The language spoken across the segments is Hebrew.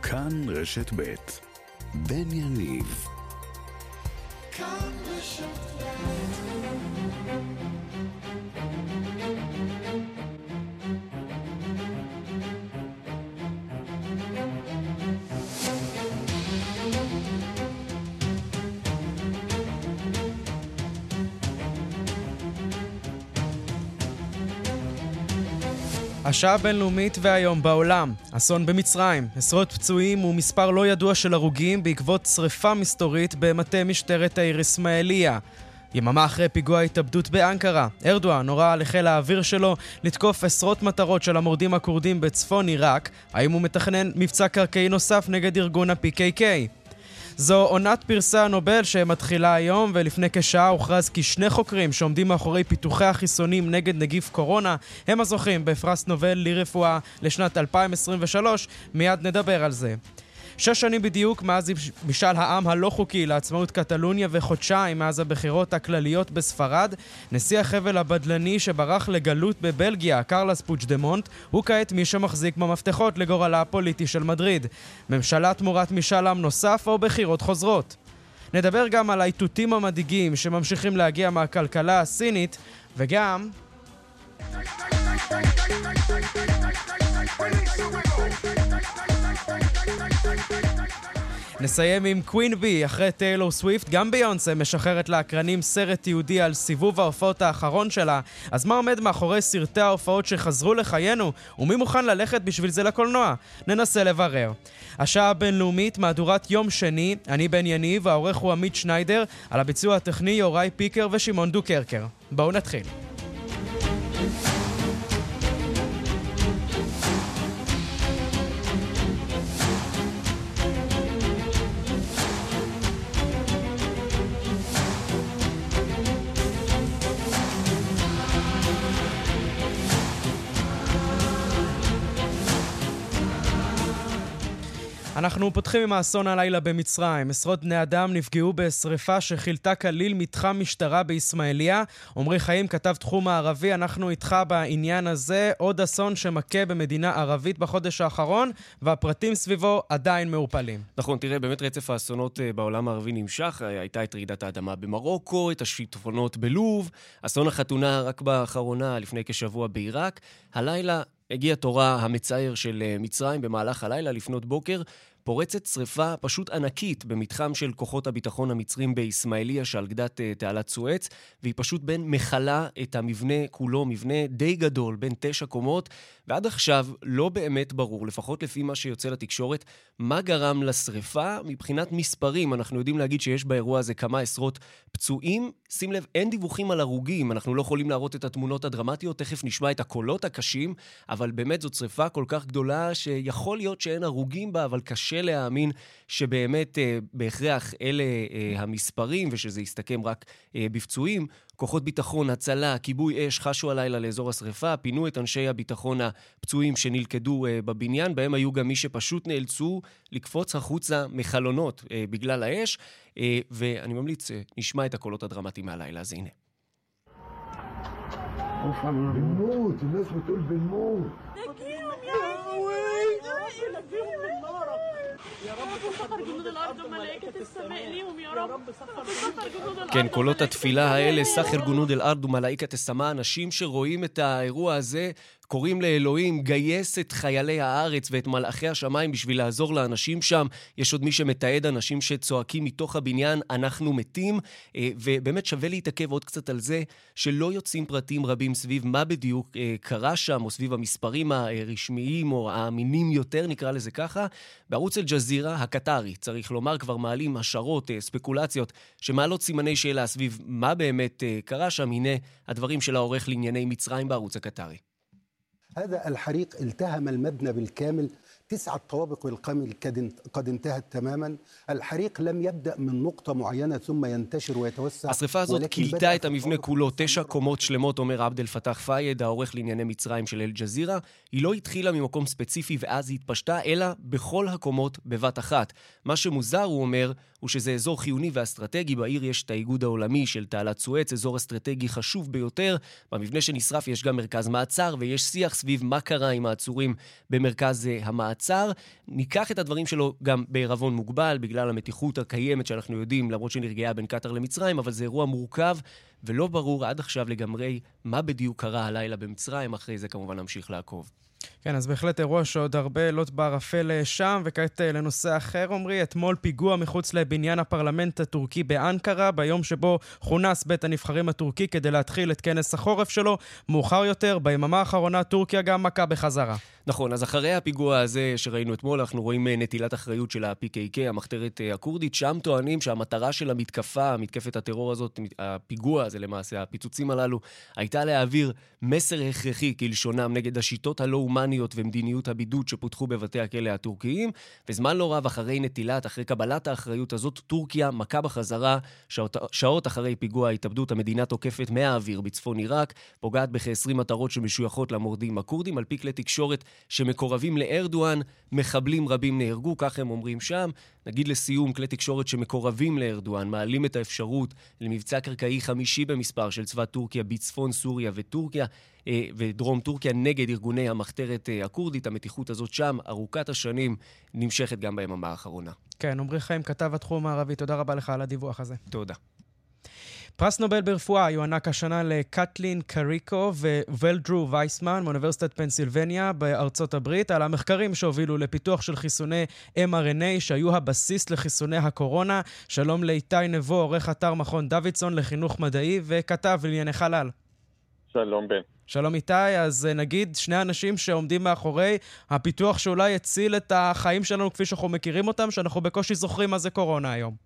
כאן רשת ב' בן יניב. כאן רשת ב'. השעה הבינלאומית והיום בעולם, אסון במצרים, עשרות פצועים ומספר לא ידוע של הרוגים בעקבות שריפה מסתורית במטה משטרת העיר אסמאעיליה. יממה אחרי פיגוע התאבדות באנקרה, ארדואן הורה לחיל האוויר שלו לתקוף עשרות מטרות של המורדים הכורדים בצפון עיראק. האם הוא מתכנן מבצע קרקעי נוסף נגד ארגון ה-PKK? זו עונת פרסי הנובל שמתחילה היום, ולפני כשעה הוכרז כי 2 חוקרים שעומדים מאחורי פיתוחי החיסונים נגד נגיף קורונה הם הזוכים בפרס נובל לרפואה לשנת 2023. מיד נדבר על זה. 6 שנים בדיוק מאז משאל העם הלא חוקי לעצמאות קטלוניה, וחודשיים מאז הבחירות הכלליות בספרד. נשיא החבל הבדלני שברח לגלות בבלגיה, קרלס פוצ'דמונט, הוא כעת מי שמחזיק במפתחות לגורלה הפוליטי של מדריד. ממשלה תמורת משאל עם נוסף או בחירות חוזרות. נדבר גם על האיתותים המדאיגים שממשיכים להגיע מהכלכלה הסינית, וגם נסיים עם קווין בי. אחרי טיילור סוויפט, גם ביונסה משחררת לאקרנים סרט יהודי על סיבוב ההופעות האחרון שלה. אז מה עומד מאחורי סרטי ההופעות שחזרו לחיינו, ומי מוכן ללכת בשביל זה לקולנוע? ננסה לברר. השעה הבינלאומית, מהדורת יום שני. אני בן יניב, העורך הוא עמית שניידר, על הביצוע הטכני יוראי פיקר ושמעון דוקרקר. בואו נתחיל. אנחנו פותחים עם האסון הלילה במצרים. עשרות בני אדם נפגעו בשריפה שחילתה כליל מתחם משטרה באסמאעיליה. עמרי חיים, כתב תחום הערבי, אנחנו איתך בעניין הזה. עוד אסון שמכה במדינה ערבית בחודש האחרון, והפרטים סביבו עדיין מעורפלים. נכון, תראה, באמת רצף האסונות בעולם הערבי נמשך. הייתה את רעידת האדמה במרוקו, את השיטפונות בלוב, אסון החתונה רק באחרונה, לפני כשבוע בעיראק. הלילה הגיע תורה המצער של מצרים. במהלך הלילה לפנות בוקר פורצת שריפה פשוט ענקית במתחם של כוחות הביטחון המצרים באסמאעיליה שעל גדת תעלת סואץ, והיא פשוט מחלה את המבנה כולו, מבנה די גדול, בין 9 קומות, ועד עכשיו לא באמת ברור, לפחות לפי מה שיוצא לתקשורת, מה גרם לשריפה. מבחינת מספרים, אנחנו יודעים להגיד שיש באירוע הזה כמה עשרות פצועים. שים לב, אין דיווחים על הרוגים, אנחנו לא יכולים להראות את התמונות הדרמטיות, תכף נשמע את הקולות הקשים, אבל באמת זאת שריפה כל כך גדולה שיכול להיות שאין הרוגים בה, אבל קשה להאמין שבאמת בהכרח אלה המספרים ושזה יסתכם רק בפצועים. כוחות ביטחון, הצלה, כיבוי אש חשו הלילה לאזור השריפה, פינו את אנשי הביטחון הפצועים שנלכדו בבניין, בהם היו גם מי שפשוט נאלצו לקפוץ החוצה מחלונות בגלל האש, ואני ממליץ, נשמע את הקולות הדרמטיים מהלילה, אז הנה. بنموت الناس بتقول بنموت כן, קולות התפילה האלה, סחר גונות אל ארד ומלאיקת הסמה. אנשים שרואים את האירוע הזה קוראים לאלוהים, גייס את חיילי הארץ ואת מלאכי השמיים בשביל לעזור לאנשים שם. יש עוד מי שמתעד אנשים שצועקים מתוך הבניין, אנחנו מתים. ובאמת שווה להתעכב עוד קצת על זה שלא יוצאים פרטים רבים סביב מה בדיוק קרה שם, או סביב המספרים הרשמיים או האמינים יותר, נקרא לזה ככה. בערוץ אל-ג'זירה הקטרי, צריך לומר, כבר מעלים השערות, ספקולציות שמעלות סימני שאלה סביב מה באמת קרה שם. הנה הדברים של העורך לענייני מצרים בערוץ הקטרי. هذا الحريق التهم المبنى بالكامل 9 طوابق والقمل قد انتهت تماما. الحريق لم يبدأ من نقطة معينة ثم ينتشر ويتوسع. השריפה הזאת קילתה את המבנה כולו, 9 קומות שלמות, אומר עבד אל פתח פייד, העורך לענייני מצרים של אל-ג'זירה. היא לא התחילה ממקום ספציפי ואז היא התפשטה, אלא בכל הקומות בבת אחת. מה שמוזר, הוא אומר, הוא שזה אזור חיוני ואסטרטגי. בעיר יש את האיגוד העולמי של תעלת סואץ, אזור אסטרטגי חשוב ביותר. במבנה שנשרף יש גם מרכז מעצר, ויש שיח סביב מה קרה עם העצורים במרכז המעצר. ניקח את הדברים שלו גם בערבון מוגבל, בגלל המתיחות הקיימת שאנחנו יודעים, למרות שנרגעה בין קטר למצרים, אבל זה אירוע מורכב, ולא ברור עד עכשיו לגמרי מה בדיוק קרה הלילה במצרים. אחרי זה כמובן נמשיך לעקוב. כן, אז בהחלט אירוע שעוד הרבה לוט בערפל שם, וכעת לנושא אחר, עומרי, אתמול פיגוע מחוץ לבניין הפרלמנט הטורקי באנקרה, ביום שבו כונס בית הנבחרים הטורקי כדי להתחיל את כנס החורף שלו. מאוחר יותר, ביממה האחרונה, טורקיה גם מכה בחזרה. נכון, אז אחרי הפיגוע הזה שראינו אתמול, אנחנו רואים נטילת אחריות של ה-PKK, המחתרת הקורדית. שם טוענים שהמטרה של המתקפה, מתקפת הטרור הזאת, הפיגוע הזה למעשה, הפיצוצים הללו, הייתה להעביר מסר הכרחי כלשונם נגד השיטות הלא-הומניות ומדיניות הבידוד שפותחו בבתי הכלא הטורקיים. וזמן לא רב אחרי קבלת האחריות הזאת, טורקיה מכה בחזרה. שעות אחרי פיגוע ההתאבדות, המדינה תוקפת מהאוויר בצפון עיראק, פוגעת בכ-20 מטרות שמשויכות למורדים הקורדים. על פי כלי תקשורת שמקורבים לארדואן, מחבלים רבים נהרגו, כך הם אומרים שם. נגיד לסיום, כלי תקשורת שמקורבים לארדואן מעלים את האפשרות למבצע קרקעי חמישי במספר של צבא טורקיה בצפון סוריה ודרום טורקיה נגד ארגוני המחתרת הקורדית. המתיחות הזאת שם, ארוכת השנים, נמשכת גם ביממה האחרונה. כן, עמרי חיים, כתב התחום הערבי, תודה רבה לך על הדיווח הזה. תודה. פרס נובל ברפואה יוענק השנה לקטלין קריקו וולדרו וייסמן מאוניברסיטת פנסילבניה בארצות הברית על המחקרים שהובילו לפיתוח של חיסוני mRNA שהיו הבסיס לחיסוני הקורונה. שלום לאיתי נבו, עורך אתר מכון דוידסון לחינוך מדעי וכתב לענייני חלל. שלום בן. שלום איתי, אז נגיד שני אנשים שעומדים מאחורי הפיתוח שאולי יציל את החיים שלנו כפי שאנחנו מכירים אותם, שאנחנו בקושי זוכרים מה זה קורונה היום.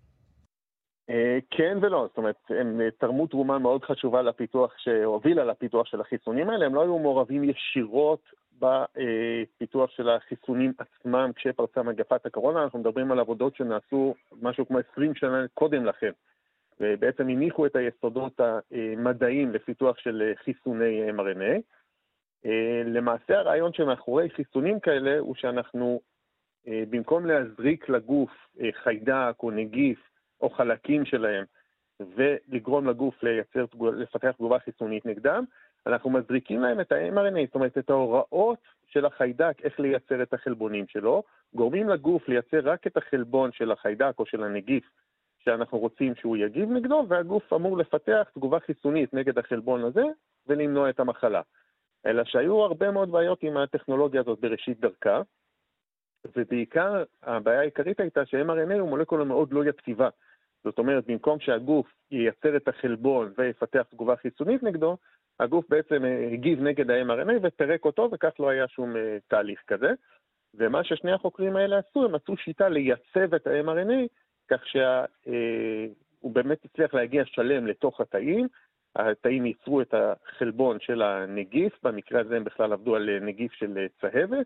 כן ולא, זאת אומרת, הם תרמו תרומה מאוד חשובה לפיתוח שהובילה לפיתוח של החיסונים האלה. הם לא היו מעורבים ישירות בפיתוח של החיסונים עצמם כשפרצה מגפת הקורונה. אנחנו מדברים על עבודות שנעשו משהו כמו 20 שנה קודם לכן, ובעצם הניחו את היסודות המדעיים לפיתוח של חיסוני mRNA. למעשה הרעיון שמאחורי חיסונים כאלה הוא שאנחנו, במקום להזריק לגוף חיידק או נגיף או חלקים שלהם, ולגרום לגוף לפתח תגובה חיסונית נגדם, אנחנו מזריקים להם את ה-mRNA, זאת אומרת את ההוראות של החיידק, איך לייצר את החלבונים שלו, גורמים לגוף לייצר רק את החלבון של החיידק או של הנגיף שאנחנו רוצים שהוא יגיב נגדו, והגוף אמור לפתח תגובה חיסונית נגד החלבון הזה, ולמנוע את המחלה. אלא שהיו הרבה מאוד בעיות עם הטכנולוגיה הזאת בראשית דרכה, ובעיקר הבעיה העיקרית הייתה ש-mRNA הוא מולקולה מאוד לא יציבה. זאת אומרת, במקום שהגוף ייצר את החלבון ויפתח תגובה חיסונית נגדו, הגוף בעצם הגיב נגד ה-mRNA ופרק אותו, וכך לא היה שום תהליך כזה. ומה ששני החוקרים האלה עשו, הם מצאו שיטה לייצב את ה-mRNA, כך שהוא באמת הצליח להגיע שלם לתוך התאים. התאים ייצרו את החלבון של הנגיף, במקרה הזה הם בכלל עבדו על נגיף של צהבת,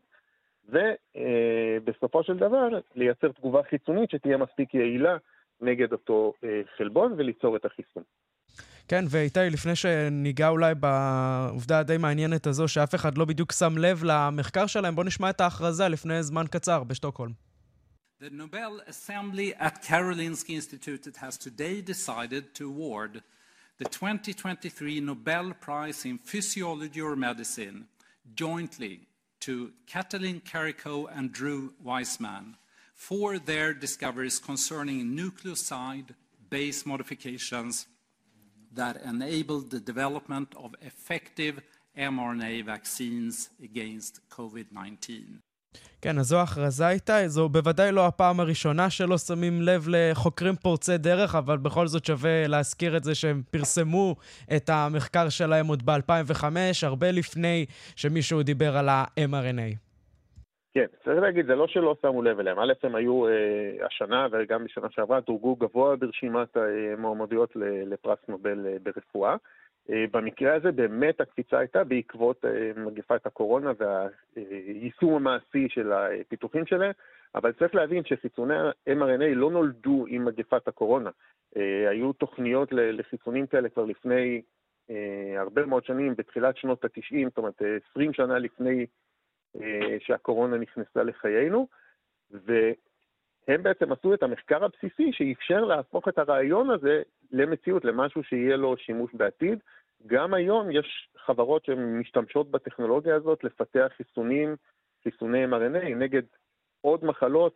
ובסופו של דבר לייצר תגובה חיצונית שתהיה מספיק יעילה נגד אותו חלבון וליצור את החיסון. כן, ואיתי, לפני שניגע אולי בעובדה הדי מעניינת הזו, שאף אחד לא בדיוק שם לב למחקר שלהם, בוא נשמע את ההכרזה לפני זמן קצר בשטוקהולם. The Nobel Assembly at Karolinska Institutet has today decided to award the 2023 Nobel Prize in Physiology or Medicine jointly to Katalin Karikó and Drew Weissman for their discoveries concerning nucleoside base modifications that enabled the development of effective mRNA vaccines against COVID-19. כן, אז זו ההכרזה איתה, זו בוודאי לא הפעם הראשונה שלא שמים לב לחוקרים פורצי דרך, אבל בכל זאת שווה להזכיר את זה שהם פרסמו את המחקר שלהם עוד ב-2005, הרבה לפני שמישהו דיבר על ה-mRNA. כן, צריך להגיד, זה לא שלא שמו לב אליהם. א', הם היו השנה וגם בשנה שעברה, דורגו גבוה ברשימת המועמדויות לפרס נובל ברפואה. במקרה הזה באמת הקפיצה הייתה בעקבות מגפת הקורונה והיישום המעשי של הפיתוחים שלהם, אבל צריך להבין שחיסוני mRNA לא נולדו עם מגפת הקורונה. היו תוכניות לחיסונים כאלה כבר לפני הרבה מאוד שנים, בתחילת שנות ה-90, זאת אומרת 20 שנה לפני שהקורונה נכנסה לחיינו, הם בעצם עשו את המחקר הבסיסי שאפשר להפוך את הרעיון הזה למציאות, למשהו שיהיה לו שימוש בעתיד. גם היום יש חברות שמשתמשות בטכנולוגיה הזאת לפתח חיסוני mRNA נגד עוד מחלות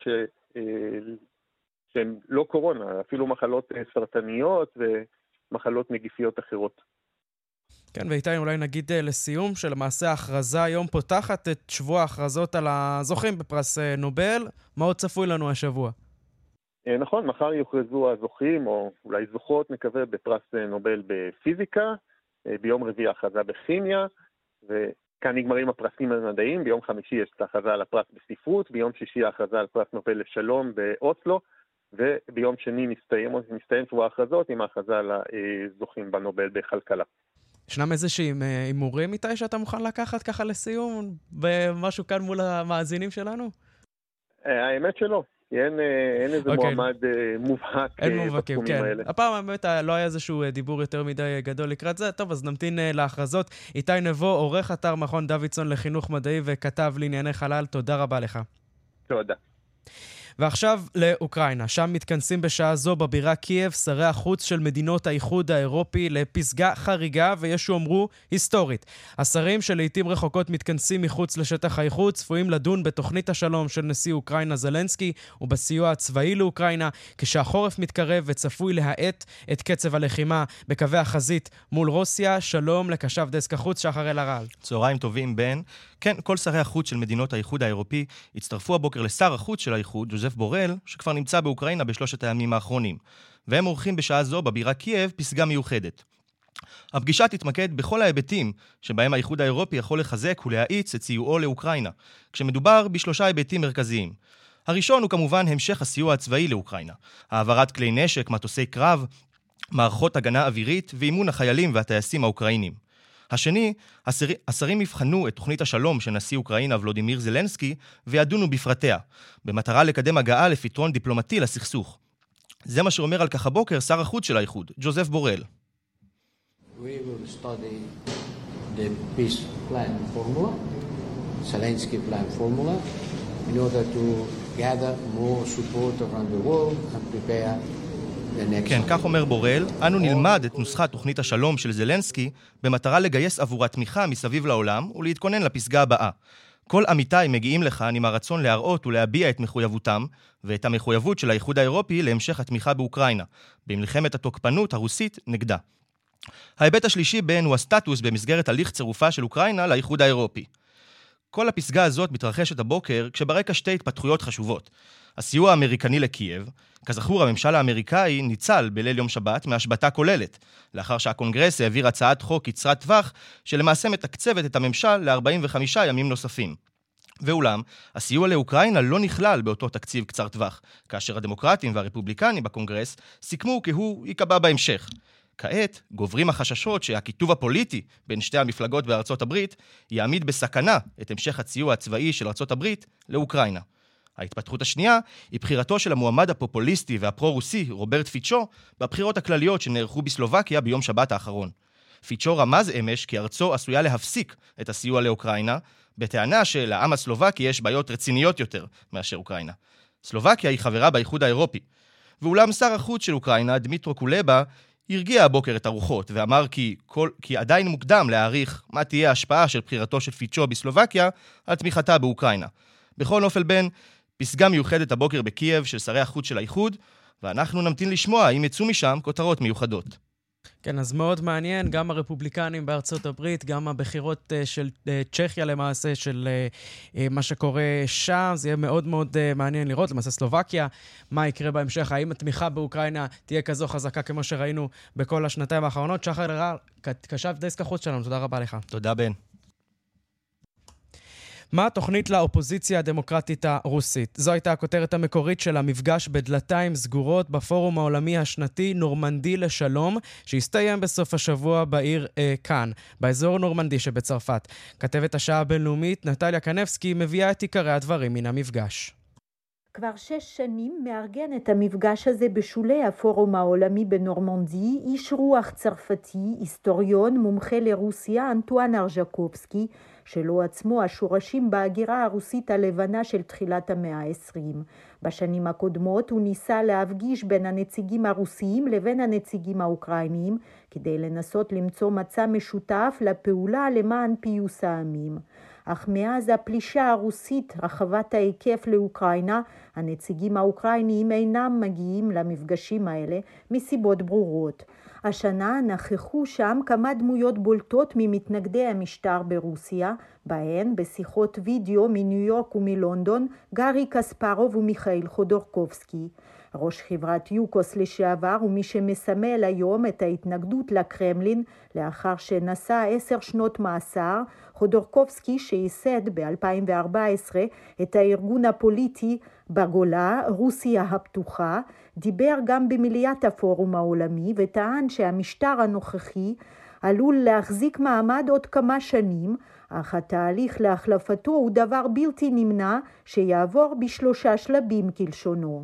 שהן לא קורונה, אפילו מחלות סרטניות ומחלות נגיפיות אחרות. כן, ואיתי, אולי נגיד לסיום, שלמעשה ההכרזה היום פותחת את שבוע ההכרזות על הזוכים בפרס נובל. מה עוד צפוי לנו השבוע? נכון, מחר יוכרזו הזוכים, או אולי זוכות, נקווה, בפרס נובל בפיזיקה, ביום רביעי ההכרזה בכימיה, וכאן נגמרים הפרסים המדעיים, ביום חמישי יש את ההכרזה על הפרס בספרות, ביום שישי ההכרזה על פרס נובל לשלום באוסלו, וביום שני מסתיים שבוע ההכרזות עם ההכרזה על הזוכים בנובל בכלכלה. ישנם איזשהם הימורים איתי שאתה מוכן לקחת ככה לסיום, במשהו כאן מול המאזינים שלנו? האמת שלא. אין איזה מועמד מובהק בתחומים האלה. הפעם באמת לא היה איזשהו דיבור יותר מדי גדול לקראת זה. טוב, אז נמתין להכרזות. איתי נבו, עורך אתר מכון דוידסון לחינוך מדעי וכתב לענייני חלל, תודה רבה לך. תודה. ועכשיו לאוקראינה, שם מתכנסים בשעה זו בבירה קייב שרי החוץ של מדינות האיחוד האירופי לפסגה חריגה ויש שאומרו היסטורית. השרים שלעיתים רחוקות מתכנסים מחוץ לשטח האיחוד צפויים לדון בתוכנית השלום של נשיא אוקראינה זלנסקי ובסיוע הצבאי לאוקראינה כשהחורף מתקרב וצפוי להאט את קצב הלחימה בקווי החזית מול רוסיה. שלום לקשב דסק החוץ שחר אלהרר. צהריים טובים בן. כן, כל שרי החוץ של מדינות האיחוד האירופי הצטרפו הבוקר לשר החוץ של האיחוד, ג'וזף בורל, שכבר נמצא באוקראינה בשלושת הימים האחרונים. והם עורכים בשעה זו בבירה קייב פסגה מיוחדת. הפגישה תתמקד בכל ההיבטים שבהם האיחוד האירופי יכול לחזק ולהאיץ את סיועו לאוקראינה, כשמדובר בשלושה היבטים מרכזיים. הראשון הוא כמובן המשך הסיוע הצבאי לאוקראינה, העברת כלי נשק, מטוסי קרב, מערכות הגנה אווירית ואימון החיילים והטייסים האוקראינים. השני, השרים יבחנו את תוכנית השלום של נשיא אוקראינה ולודימיר זלנסקי וידונו בפרטיה, במטרה לקדם הגעה לפתרון דיפלומטי לסכסוך. זה מה שאומר על כך הבוקר שר החוץ של האיחוד, ג'וזף בורל. We will study the peace plan formula, Zelensky plan formula, in order to gather more support around the world and prepare כן, כך אומר בורל, אנו נלמד את נוסחת תוכנית השלום של זלנסקי במטרה לגייס עבורה תמיכה מסביב לעולם ולהתכונן לפסגה הבאה. כל עמיתיי מגיעים לכאן עם הרצון להראות ולהביע את מחויבותם ואת המחויבות של האיחוד האירופי להמשך התמיכה באוקראינה, במלחמת התוקפנות הרוסית נגדה. ההיבט השלישי בין הוא הסטטוס במסגרת הליך צירופה של אוקראינה לאיחוד האירופי. כל הפסגה הזאת מתרחשת הבוקר כשברקע שתי התפתחויות חשובות. הסיוע האמריקני לקייב, כזכור הממשל האמריקאי ניצל בליל יום שבת מהשבתה כוללת, לאחר שהקונגרס העביר הצעת חוק קצרת טווח שלמעשה מתקצבת את הממשל ל-45 ימים נוספים. ואולם, הסיוע לאוקראינה לא נכלל באותו תקציב קצר טווח, כאשר הדמוקרטים והרפובליקנים בקונגרס סיכמו כי הוא יקבע בהמשך. כעת גוברים החששות שהכיתוב הפוליטי בין שתי המפלגות בארצות הברית יעמיד בסכנה את המשך הסיוע הצבאי של ארצות הברית לאוקראינה. ההתפתחות השנייה היא בחירתו של המועמד הפופוליסטי והפרו-רוסי רוברט פיצ'ו בבחירות הכלליות שנערכו בסלובקיה ביום שבת האחרון. פיצ'ו רמז אמש כי ארצו עשויה להפסיק את הסיוע לאוקראינה, בטענה שלעם הסלובקי יש בעיות רציניות יותר מאשר אוקראינה. סלובקיה היא חברה באיחוד האירופי, ואולם שר החוץ של אוקראינה, דמיטרו קולבה, הרגיע הבוקר את הרוחות ואמר כי עדיין מוקדם להעריך מה תהיה ההשפעה של בחירתו של פיצ'ו בסלובקיה על תמיכתה באוקראינה. בכל אופן בין, פסגה מיוחדת הבוקר בקייב של שרי החוץ של האיחוד, ואנחנו נמתין לשמוע אם יצאו משם כותרות מיוחדות. כן, אז מאוד מעניין, גם הרפובליקנים בארצות הברית, גם הבחירות של צ'כיה למעשה, של מה שקורה שם, זה יהיה מאוד מאוד מעניין לראות, למעשה סלובקיה, מה יקרה בהמשך, האם התמיכה באוקראינה תהיה כזו חזקה כמו שראינו בכל השנתיים האחרונות. שחר אלהרר, קשב דסק החוץ שלנו, תודה רבה לך. תודה בן. מה התוכנית לאופוזיציה הדמוקרטית הרוסית? זו הייתה הכותרת המקורית של המפגש בדלתיים סגורות בפורום העולמי השנתי נורמנדי לשלום, שהסתיים בסוף השבוע בעיר כאן, באזור נורמנדי שבצרפת. כתבת השעה הבינלאומית נטליה קנבסקי מביאה את עיקרי הדברים מן המפגש. כבר 6 שנים מארגן את המפגש הזה בשולי הפורום העולמי בנורמנדי איש רוח צרפתי, היסטוריון, מומחה לרוסיה, אנטואן ארג'קובסקי, שלו עצמו השורשים בהגירה הרוסית הלבנה של תחילת המאה ה-20. בשנים הקודמות הוא ניסה להפגיש בין הנציגים הרוסיים לבין הנציגים האוקראיניים, כדי לנסות למצוא מצע משותף לפעולה למען פיוס העמים. אך מאז הפלישה הרוסית רחבת ההיקף לאוקראינה, הנציגים האוקראיניים אינם מגיעים למפגשים האלה מסיבות ברורות. השנה נכחו שם כמה דמויות בולטות ממתנגדי המשטר ברוסיה, בהן בשיחות וידאו מניו יורק ומלונדון, גארי קספרוב ומיכאיל חודורקובסקי. ראש חברת יוקוס לשעבר ומי שמסמל היום את ההתנגדות לקרמלין לאחר שנסע 10 שנות מאסר, חודורקובסקי שייסד ב-2014 את הארגון הפוליטי בגולה, רוסיה הפתוחה, דיבר גם במליאת הפורום העולמי וטען שהמשטר הנוכחי עלול להחזיק מעמד עוד כמה שנים, אך התהליך להחלפתו הוא דבר בלתי נמנע שיעבור ב3 שלבים כלשונו.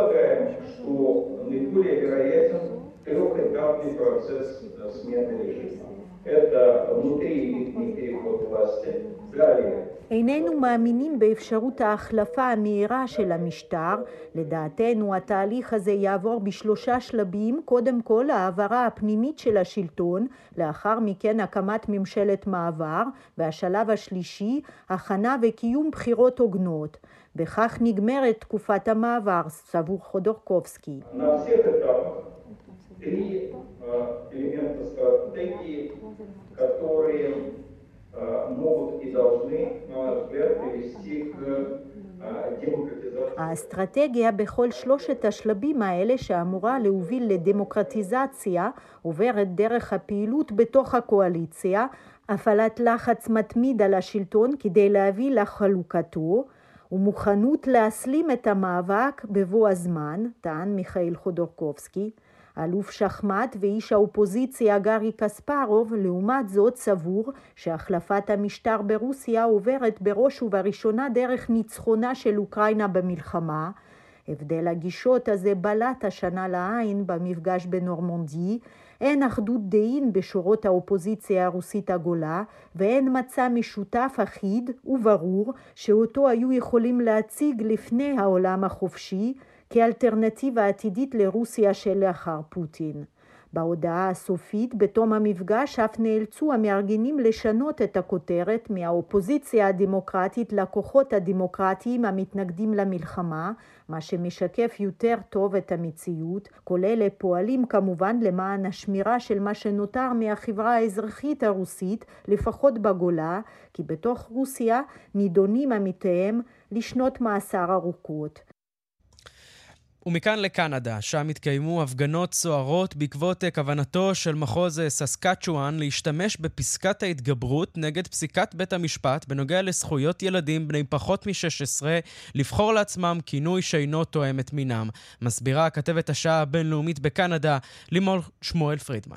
איננו מאמינים באפשרות ההחלפה המהירה של המשטר. לדעתנו התהליך הזה יעבור ב3 שלבים, קודם כל העברה הפנימית של השלטון, לאחר מכן הקמת ממשלת מעבר, והשלב השלישי, הכנה וקיום בחירות הוגנות. בכך נגמרת תקופת המעבר, סבור חודורקובסקי. האסטרטגיה בכל 3 השלבים האלה שאמורה להוביל לדמוקרטיזציה עוברת דרך הפעילות בתוך הקואליציה, הפעלת לחץ מתמיד על השלטון כדי להביא לחלוקתו, ומוכנות להסלים את המאבק בבוא הזמן, טען מיכאיל חודורקובסקי. אלוף שחמט ואיש האופוזיציה גארי קספרוב לעומת זאת סבור שהחלפת המשטר ברוסיה עוברת בראש ובראשונה דרך ניצחונה של אוקראינה במלחמה. הבדל הגישות הזה בלט השנה לעין במפגש בנורמנדי. אין אחדות דעים בשורות האופוזיציה הרוסית הגולה, ואין מצע משותף אחיד וברור שאותו היו יכולים להציג לפני העולם החופשי, כאלטרנטיבה עתידית לרוסיה שלאחר פוטין. בהודעה הסופית בתום המפגש אף נאלצו המארגנים לשנות את הכותרת מהאופוזיציה הדמוקרטית לכוחות הדמוקרטיים המתנגדים למלחמה, מה שמשקף יותר טוב את המציאות, כולל פועלים כמובן למען השמירה של מה שנותר מהחברה האזרחית הרוסית, לפחות בגולה, כי בתוך רוסיה נידונים עמיתיהם לשנות מאסר ארוכות. ומכאן לקנדה, שם התקיימו הפגנות סוערות בעקבות כוונתו של מחוז ססקצ'ואן להשתמש בפסקת ההתגברות נגד פסיקת בית המשפט בנוגע לזכויות ילדים בני פחות מ-16 לבחור לעצמם כינוי שאינו תואם את מינם. מסבירה כתבת השעה הבינלאומית בקנדה, לימור שמואל פרידמן.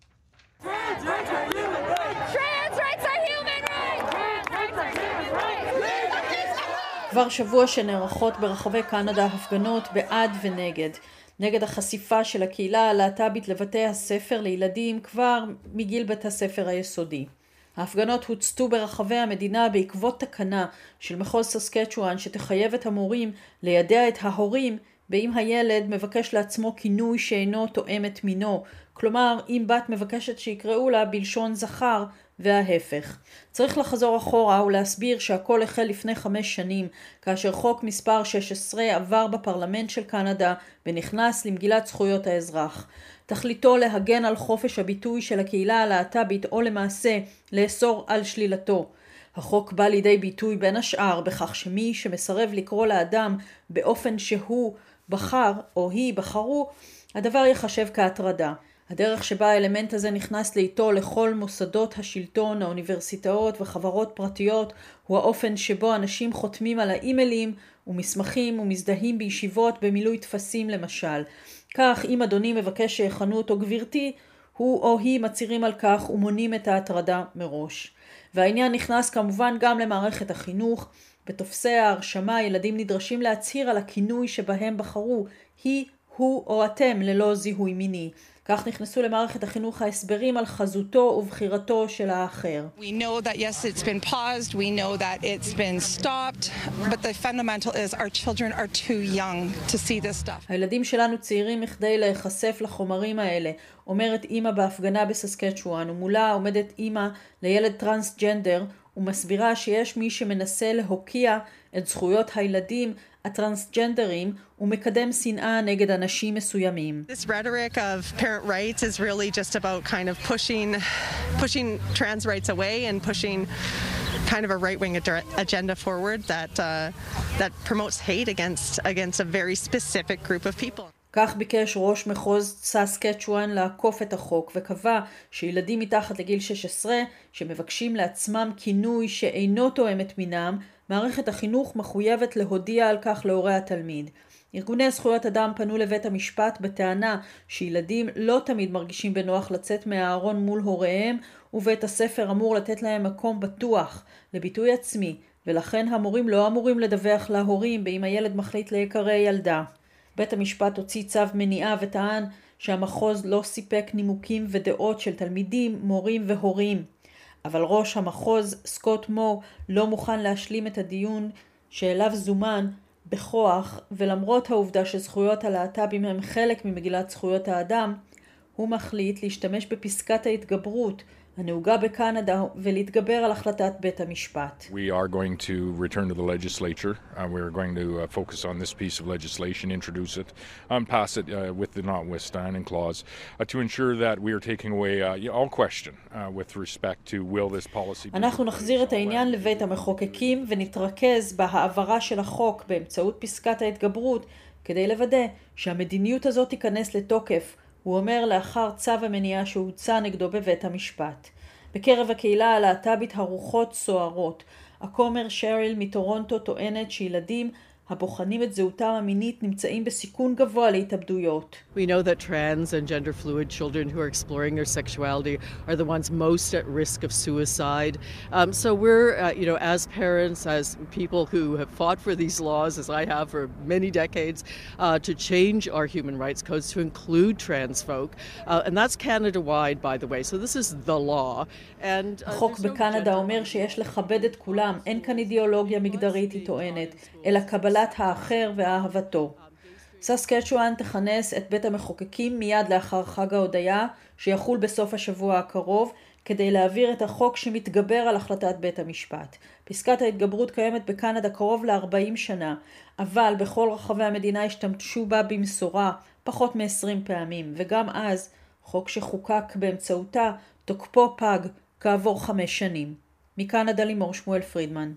כבר שבוע שנערכות ברחבי קנדה הפגנות בעד ונגד. נגד החשיפה של הקהילה הלהט"בית לבתי הספר לילדים כבר מגיל בית הספר היסודי. ההפגנות הוצתו ברחבי המדינה בעקבות תקנה של מחוז ססקצ'ואן שתחייב את המורים לידע את ההורים באם הילד מבקש לעצמו כינוי שאינו תואם את מינו, כלומר אם בת מבקשת שיקראו לה בלשון זכר וההפך. צריך לחזור אחורה ולהסביר שהכל החל לפני 5 שנים, כאשר חוק מספר 16 עבר בפרלמנט של קנדה ונכנס למגילת זכויות האזרח. תכליתו להגן על חופש הביטוי של הקהילה הלהט"בית או למעשה לאסור על שלילתו. החוק בא לידי ביטוי בין השאר בכך שמי שמסרב לקרוא לאדם באופן שהוא בחר או היא בחרו, הדבר יחשב כהטרדה. הדרך שבה האלמנט הזה נכנס לאיתו לכל מוסדות השלטון, האוניברסיטאות וחברות פרטיות, הוא האופן שבו אנשים חותמים על האימיילים ומסמכים ומזדהים בישיבות במילוי תפסים למשל. כך, אם אדוני מבקש שיכנו אותו גבירתי, הוא או היא מצהירים על כך ומונים את ההטרדה מראש. והעניין נכנס כמובן גם למערכת החינוך, בטופסי ההרשמה ילדים נדרשים להצהיר על הכינוי שבהם בחרו, היא, הוא או אתם ללא זיהוי מיני. כך נכנסו למערכת החינוך ההסברים על חזותו ובחירתו של האחר. We know that yes, it's been paused, we know that it's been stopped, but the fundamental is our children are too young to see this stuff. הילדים שלנו צעירים מכדי להיחשף לחומרים האלה, אומרת אמא בהפגנה בססקצ'ואן, ומולה עומדת אמא לילד טרנסג'נדר, ומסבירה שיש מי שמנסה להוקיע את זכויות הילדים הטרנסג'נדרים ומקדם שנאה נגד אנשים מסוימים. This rhetoric of parent rights is really just about kind of pushing trans rights away and pushing kind of a right-wing agenda forward that promotes hate against a very specific group of people. כך ביקש ראש מחוז ססקצ'ואן לעקוף את החוק וקבע שילדים מתחת לגיל 16 שמבקשים לעצמם כינוי שאינו תואם את מינם, מערכת החינוך מחויבת להודיע על כך להורי התלמיד. ארגוני זכויות אדם פנו לבית המשפט בטענה שילדים לא תמיד מרגישים בנוח לצאת מהארון מול הוריהם, ובית הספר אמור לתת להם מקום בטוח לביטוי עצמי, ולכן המורים לא אמורים לדווח להורים באם הילד מחליט להיקרא ילדה. בית המשפט הוציא צו מניעה וטען שהמחוז לא סיפק נימוקים ודעות של תלמידים, מורים והורים. אבל ראש המחוז, סקוט מו, לא מוכן להשלים את הדיון שאליו זומן בכוח, ולמרות העובדה שזכויות הלהט"בים הם חלק ממגילת זכויות האדם, הוא מחליט להשתמש בפסקת ההתגברות הנהוגה בקנדה ולהתגבר על החלטת בית המשפט. We are going to return to the legislature. We're going to focus on this piece of legislation, introduce it, pass it with the notwithstanding clause to ensure that we are taking away all question with respect to will this policy. אנחנו נחזיר את העניין לבית המחוקקים ונתרכז בהעברה של החוק באמצעות פסקת ההתגברות כדי לוודא שהמדיניות הזאת תיכנס לתוקף. הוא אומר לאחר צו המניעה שהוצא נגדו בבית המשפט. בקרב הקהילה הלהט"בית הרוחות סוערות. הכומר שריל מטורונטו טוענת שילדים הבוחנים את זהותם המינית נמצאים בסיכון גבוה להתאבדויות. We know that trans and gender fluid children who are exploring their sexuality are the ones most at risk of suicide. So we're, as parents, as people who have fought for these laws, as I have for many decades, to change our human rights codes to include trans folk. And that's Canada-wide, by the way. So this is the law. And החוק בקנדה אומר שיש לכבד את כולם. אין כאן אידיאולוגיה מגדרית, היא טוענת, אלא קבלת האחר ואהבתו. ססקצ'ואן תכנס את בית המחוקקים מיד לאחר חג ההודיה, שיחול בסוף השבוע הקרוב, כדי להעביר את החוק שמתגבר על החלטת בית המשפט. פסקת ההתגברות קיימת בקנדה קרוב ל-40 שנה, אבל בכל רחבי המדינה השתמשו בה במשורה פחות מ-20 פעמים, וגם אז חוק שחוקק באמצעותה תוקפו פג כעבור 5 שנים. מקנדה לימור שמואל פרידמן.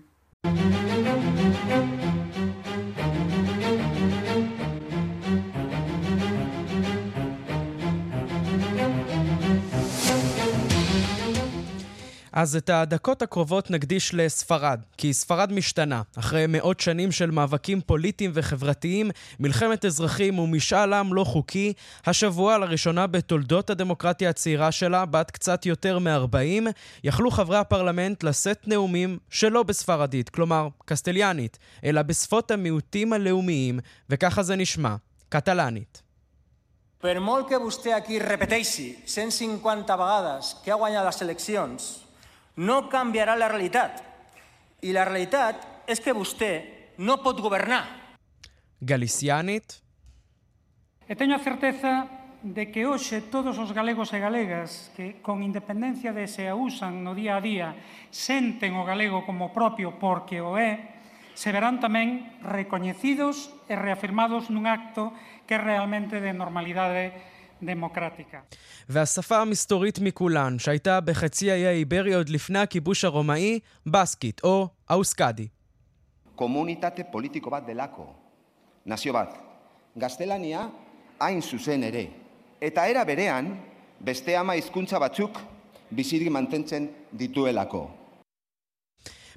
אז את הדקות הקרובות נקדיש לספרד, כי ספרד משתנה. אחרי מאות שנים של מאבקים פוליטיים וחברתיים, מלחמת אזרחים ומשאל עם לא חוקי, השבוע לראשונה בתולדות הדמוקרטיה הצעירה שלה, בת קצת יותר מ-40, יכלו חברי הפרלמנט לשאת נאומים שלא בספרדית, כלומר קסטליאנית, אלא בשפות המיעוטים הלאומיים, וככה זה נשמע, קטלנית. Per molt que vostè aquí repeteixi 150 vegades que ha guanyat les eleccions, no canviarà la realitat. I la realitat és que vostè no pot governar. Galicianit. E teño a certeza de que hoxe todos os galegos e galegas que con independencia de se a usan no día a día senten o galego como propio porque o é, se verán tamén recoñecidos e reafirmados nun acto que é realmente de normalidade דמוקרטיקה. והשפה המסתורית מכולן, שהייתה בחצי האי האיברי עוד לפני הכיבוש הרומאי, בסקית או אוסקדי. Komunitate politiko bat delako, nazio bat. Gaztelania hain zuzen ere. Eta era berean, beste ama hizkuntza batzuk bizirik mantentzen dituelako.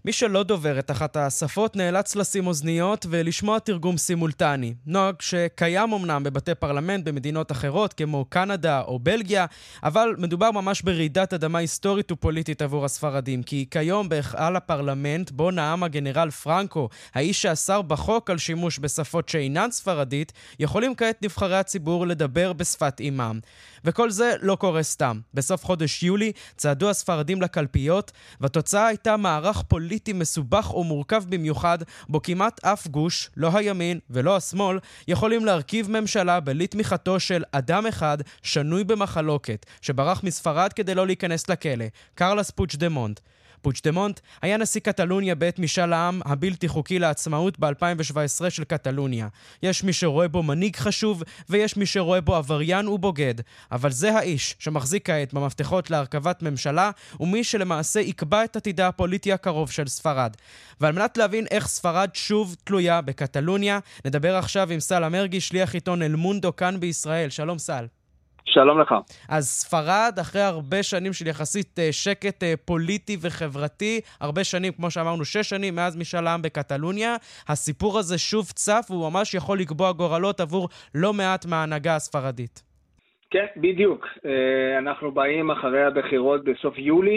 מי שלא דובר את אחת השפות נאלץ לשים אוזניות ולשמוע תרגום סימולטני. נוהג שקיים אמנם בבתי פרלמנט במדינות אחרות כמו קנדה או בלגיה, אבל מדובר ממש ברעידת אדמה היסטורית ופוליטית עבור הספרדים, כי כיום בהיכל הפרלמנט בו נאם הגנרל פרנקו, האיש שאסר בחוק על שימוש בשפות שאינן ספרדית, יכולים כעת נבחרי הציבור לדבר בשפת אימם. וכל זה לא קורה סתם. בסוף חודש יולי צעדו הספרדים לקלפיות, והתוצאה הייתה מערך פוליטי מסובך ומורכב במיוחד, בו כמעט אף גוש, לא הימין ולא השמאל, יכולים להרכיב ממשלה בלי תמיכתו של אדם אחד שנוי במחלוקת, שברח מספרד כדי לא להיכנס לכלא, קרלס פוצ'דמונט. פוצ'דמונט היה נשיא קטלוניה בעת משאל העם הבלתי חוקי לעצמאות ב-2017 של קטלוניה. יש מי שרואה בו מנהיג חשוב ויש מי שרואה בו עבריין ובוגד, אבל זה האיש שמחזיק כעת במפתחות להרכבת ממשלה ומי שלמעשה יקבע את עתידה הפוליטי הקרוב של ספרד. ועל מנת להבין איך ספרד שוב תלויה בקטלוניה, נדבר עכשיו עם סל אמרגי, שליח עיתון אל מונדו כאן בישראל. שלום סל. שלום לך. אז ספרד, אחרי הרבה שנים של יחסית שקט פוליטי וחברתי, הרבה שנים, כמו שאמרנו, 6 שנים מאז משאל העם בקטלוניה, הסיפור הזה שוב צף, והוא ממש יכול לקבוע גורלות עבור לא מעט מההנהגה הספרדית. כן, בדיוק. אנחנו באים אחרי הבחירות בסוף יולי,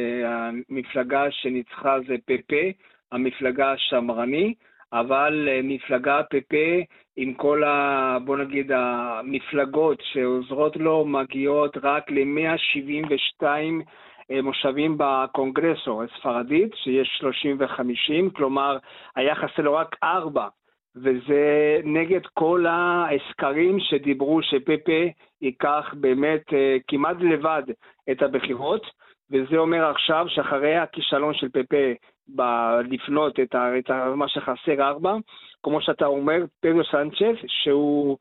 שהמפלגה שניצחה זה פפה, המפלגה השמרני, אבל מפלגה פפה עם כל בוא נגיד המפלגות שעוזרות לו מגיעות רק ל-172 מושבים בקונגרסו הספרדית, שיש 30 ו-50, כלומר היה חסר לו רק 4, וזה נגד כל הסקרים שדיברו שפפה ייקח באמת כמעט לבד את הבחירות, וזה אומר עכשיו שאחרי הכישלון של פפה לפנות את מה שחסר 4, כמו שאתה אומר, פדרו סנצ'ס, שהוא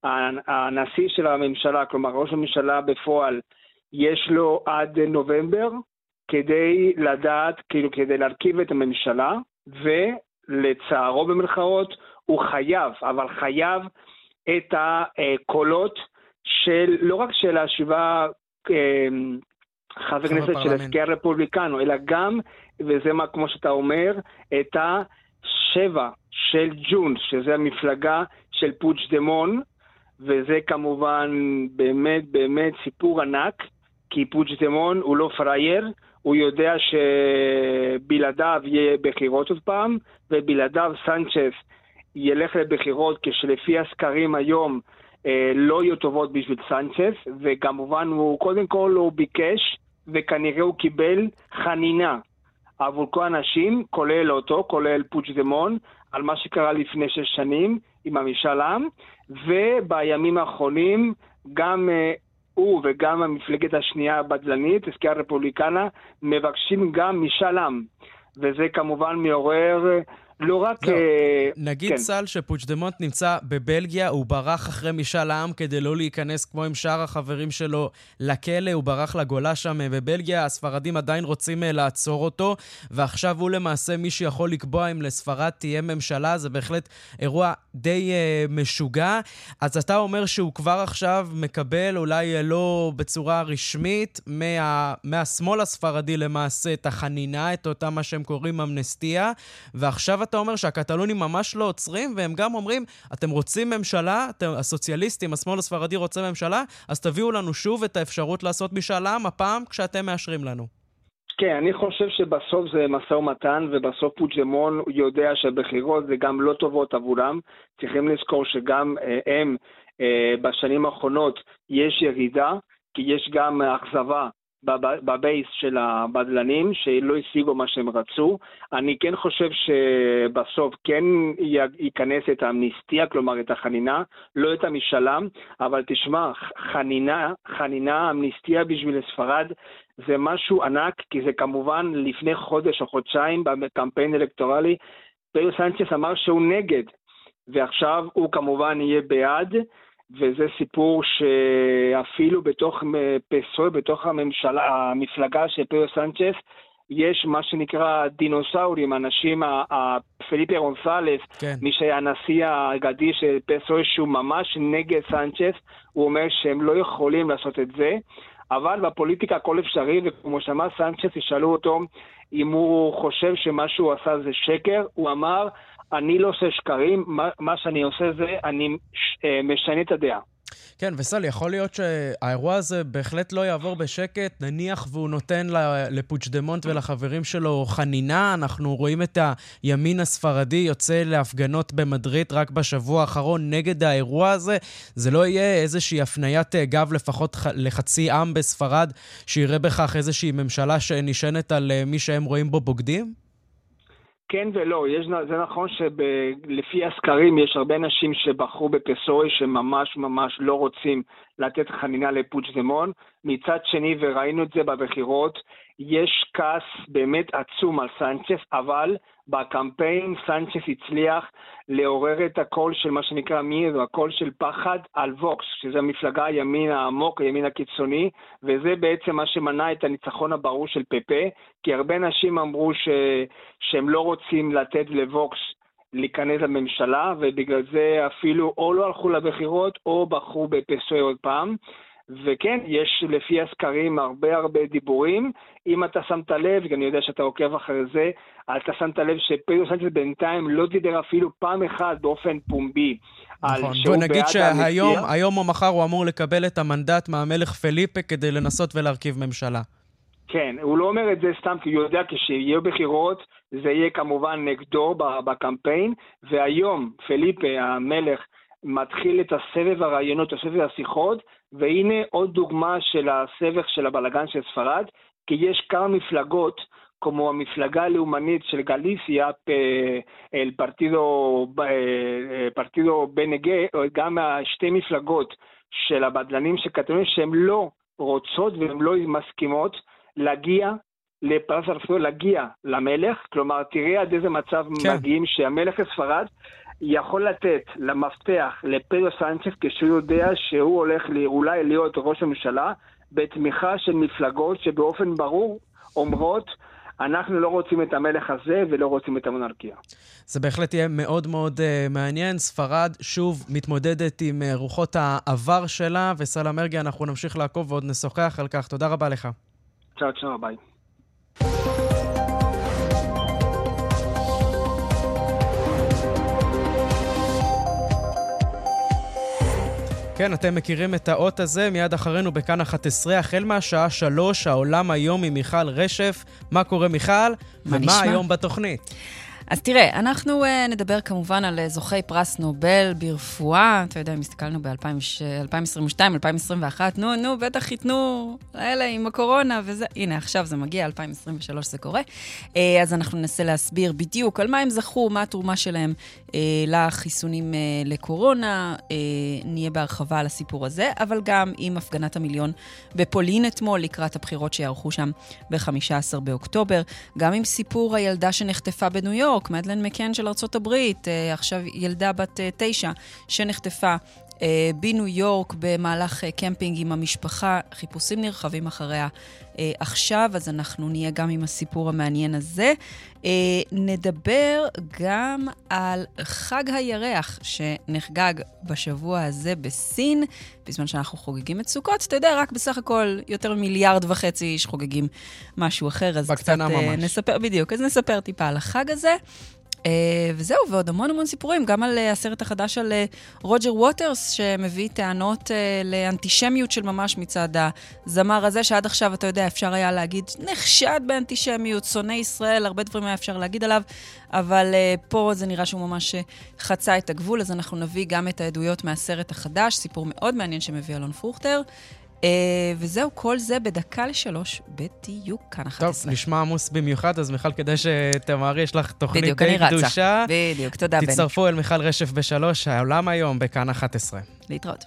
הנשיא של הממשלה, כלומר ראש הממשלה בפועל, יש לו עד נובמבר כדי לדעת, כאילו כדי להרכיב את הממשלה, ולצערו במרכאות הוא חייב, אבל חייב את הקולות של, לא רק של השבעה חבר כנסת של הסקר רפובליקנו, אלא גם, וזה מה כמו שאתה אומר, את השבע של ג'ונס, שזה המפלגה של פוצ'דמון, וזה כמובן באמת באמת סיפור ענק, כי פוצ'דמון הוא לא פרייר, הוא יודע שבלעדיו יהיה בחירות עוד פעם, ובלעדיו סנצ'ס ילך לבחירות כשלפי הסקרים היום לא יהיו טובות בשביל סנצ'ס, וכמובן הוא קודם כל הוא ביקש, וכנראה הוא קיבל חנינה עבור כל אנשים, כולל אותו, כולל פוצ'דמון, על מה שקרה לפני 6 שנים עם המשאל עם, ובימים האחרונים גם הוא וגם המפלגת השנייה הבדלנית, הסקר הרפובליקנה, מבקשים גם משאל עם, וזה כמובן מעורר לא רק... נגיד כן. סל שפוצ'דמונט נמצא בבלגיה, הוא ברח אחרי משאל העם כדי לא להיכנס כמו עם שאר החברים שלו לכלא, הוא ברח לגולה שם בבלגיה, הספרדים עדיין רוצים לעצור אותו, ועכשיו הוא למעשה מי שיכול לקבוע אם לספרד תהיה ממשלה, זה בהחלט אירוע די משוגע. אז אתה אומר שהוא כבר עכשיו מקבל, אולי לא בצורה רשמית, מהשמאל הספרדי למעשה את החנינה, את אותה מה שהם קוראים אמנסטיה, ועכשיו אתה אומר שהקטלונים ממש לא עוצרים, והם גם אומרים, אתם רוצים ממשלה, הסוציאליסטים, השמאל הספרדי רוצה ממשלה, אז תביאו לנו שוב את האפשרות לעשות משאל עם, הפעם כשאתם מאשרים לנו. כן, אני חושב שבסוף זה משא ומתן, ובסוף פוצ'דמון יודע שהבחירות זה גם לא טובות עבורם. צריכים לזכור שגם הם בשנים האחרונות יש ירידה, כי יש גם אכזבה בבייס של הבדלנים, שלא השיגו מה שהם רצו. אני כן חושב שבסוף כן ייכנס את האמניסטיה, כלומר את החנינה, לא את המשאל, אבל תשמע, חנינה, אמניסטיה בשביל ספרד, זה משהו ענק, כי זה כמובן לפני חודש או חודשיים בקמפיין אלקטורלי, פדרו סנצ'ס אמר שהוא נגד, ועכשיו הוא כמובן יהיה בעד, וזה סיפור שאפילו בתוך פסוי, בתוך המפלגה של פדרו סנצ'ס, יש מה שנקרא דינוסאורים, אנשים, פליפה גונסלס, כן. מי שהיה הנשיא האגדי של פסוי, שהוא ממש נגד סנצ'ס, הוא אומר שהם לא יכולים לעשות את זה, אבל בפוליטיקה הכל אפשרי, וכמו שאמר סנצ'ס, ישאלו אותו אם הוא חושב שמה שהוא עשה זה שקר, הוא אמר, אני לא עושה שקרים, מה שאני עושה זה, אני משנה את הדעה. כן, וסל, יכול להיות שהאירוע הזה בהחלט לא יעבור בשקט, נניח והוא נותן לפוצ'דמונט ולחברים שלו חנינה, אנחנו רואים את הימין הספרדי יוצא להפגנות במדריד רק בשבוע האחרון נגד האירוע הזה, זה לא יהיה איזושהי הפניית גב לפחות לחצי עם בספרד, שיראה בכך איזושהי ממשלה שנשענת על מי שהם רואים בו בוגדים? כן ולא, זה נכון שלפי הסקרים יש הרבה אנשים שבחרו בפסוי שממש ממש לא רוצים לתת חנינה לפוצ'דמון. מצד שני, וראינו את זה בבחירות, יש כעס באמת עצום על סנצ'ס, אבל בקמפיין סנצ'ס הצליח לעורר את הקול של מה שנקרא מיר, הקול של פחד על ווקס, שזה המפלגה הימין העמוק, הימין הקיצוני, וזה בעצם מה שמנע את הניצחון הברור של פפה, כי הרבה אנשים אמרו שהם לא רוצים לתת לווקס להיכנס לממשלה, ובגלל זה אפילו או לא הלכו לבחירות או בחרו בפסוי עוד פעם. וכן, יש לפי הסקרים הרבה דיבורים. אם אתה שמת לב, אני יודע שאתה עוקב אחרי זה, אתה שמת לב שפדרו סנצ'ס בינתיים לא דיבר אפילו פעם אחת באופן פומבי. נכון, בוא נגיד שהיום או מחר הוא אמור לקבל את המנדט מהמלך פליפה כדי לנסות ולהרכיב ממשלה. כן, הוא לא אומר את זה סתם, כי הוא יודע כשיהיה בחירות, זה יהיה כמובן נגדו בקמפיין, והיום פליפה, המלך, מתחיל את הסבב הרעיונות, הסבב השיחות, והנה עוד דוגמה של הסבב של הבלגן של ספרד, כי יש כמה מפלגות, כמו המפלגה הלאומנית של גליסיה, אל פרטידו בנגה, או גם שתי מפלגות של הבדלנים שכתבו שהן לא רוצות והן לא מסכימות להגיע לפרס ארצות, להגיע למלך, כלומר תראה עד איזה מצב מגיעים שהמלך הספרד יכול לתת למפתח לפדרו סנצ'ס כשהוא יודע שהוא הולך אולי להיות ראש הממשלה בתמיכה של מפלגות שבאופן ברור אומרות אנחנו לא רוצים את המלך הזה ולא רוצים את המונרכיה. זה בהחלט יהיה מאוד מאוד מעניין. ספרד שוב מתמודדת עם רוחות העבר שלה, וסל אמרגי, אנחנו נמשיך לעקוב ועוד נשוחח על כך. תודה רבה לך. צ'או, ביי. כן, אתם מכירים את האות הזה, מיד אחרינו בכאן 11, החל מהשעה 3, העולם היום עם מיכל רשף. מה קורה מיכל? ומה היום בתוכנית? אז תראה, אנחנו נדבר כמובן על זוכי פרס נובל ברפואה. אתה יודע, אם הסתכלנו ב-2022, 2021, נו, בטח ייתנו אלה עם הקורונה וזה. הנה, עכשיו זה מגיע, 2023 זה קורה. אז אנחנו ננסה להסביר בדיוק על מה הם זכו, מה התרומה שלהם לחיסונים לקורונה. נהיה בהרחבה על הסיפור הזה, אבל גם עם הפגנת המיליון בפולין אתמול, לקראת הבחירות שיערכו שם ב-15 באוקטובר. גם עם סיפור הילדה שנחטפה בניו יורק, מדלן מקן של ארצות הברית, עכשיו ילדה בת 9 שנחטפה בניו יורק במהלך קמפינג עם המשפחה, חיפושים נרחבים אחריה עכשיו, אז אנחנו נהיה גם עם הסיפור המעניין הזה. נדבר גם על חג הירח שנחגג בשבוע הזה בסין, בזמן שאנחנו חוגגים את סוכות. אתה יודע, רק בסך הכל יותר מ1.5 מיליארד איש חוגגים משהו אחר, אז קצת נספר, בדיוק, אז נספר טיפה על החג הזה. וזהו, ועוד המון סיפורים, גם על הסרט החדש על רוג'ר ווטרס, שמביא טענות לאנטישמיות של ממש מצד הזמר הזה, שעד עכשיו, אתה יודע, אפשר היה להגיד, נחשד באנטישמיות, שונא ישראל, הרבה דברים היה אפשר להגיד עליו, אבל פה זה נראה שהוא ממש חצה את הגבול, אז אנחנו נביא גם את העדויות מהסרט החדש, סיפור מאוד מעניין שמביא אלון פרוכטר, וזהו, כל זה בדקה ל3 בדיוק כאן 11. טוב, נשמע עמוס במיוחד, אז מיכל, כדי שתמרי, יש לך תוכנית די קדושה. בדיוק, תודה בני. תצטרפו אל מיכל רשף ב3, העולם היום בכאן 11. להתראות.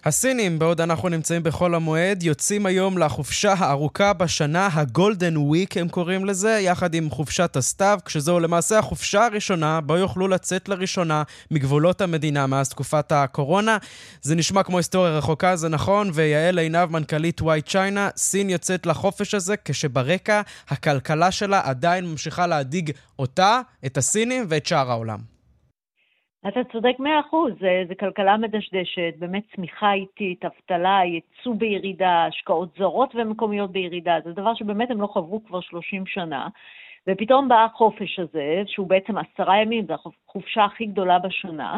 הסינים, בעוד אנחנו נמצאים בחול המועד, יוצאים היום לחופשה הארוכה בשנה, הגולדן וויק הם קוראים לזה, יחד עם חופשת הסתיו, כשזו למעשה החופשה הראשונה, בו יוכלו לצאת לראשונה מגבולות המדינה מאז תקופת הקורונה. זה נשמע כמו היסטוריה רחוקה, זה נכון, ויעל עינב, מנכ"לית ווייט צ'יינה, סין יוצאת לחופש הזה, כשברקע הכלכלה שלה עדיין ממשיכה להדיג אותה, את הסינים ואת שאר העולם. אתה צודק 100%, זה כלכלה מדשדשת, באמת צמיחה איטית, אבטלה, ייצוא בירידה, השקעות זרות ומקומיות בירידה, זה דבר שבאמת הם לא חוו כבר 30 שנה, ופתאום בא החופש הזה, שהוא בעצם 10 ימים, זו החופשה הכי גדולה בשנה,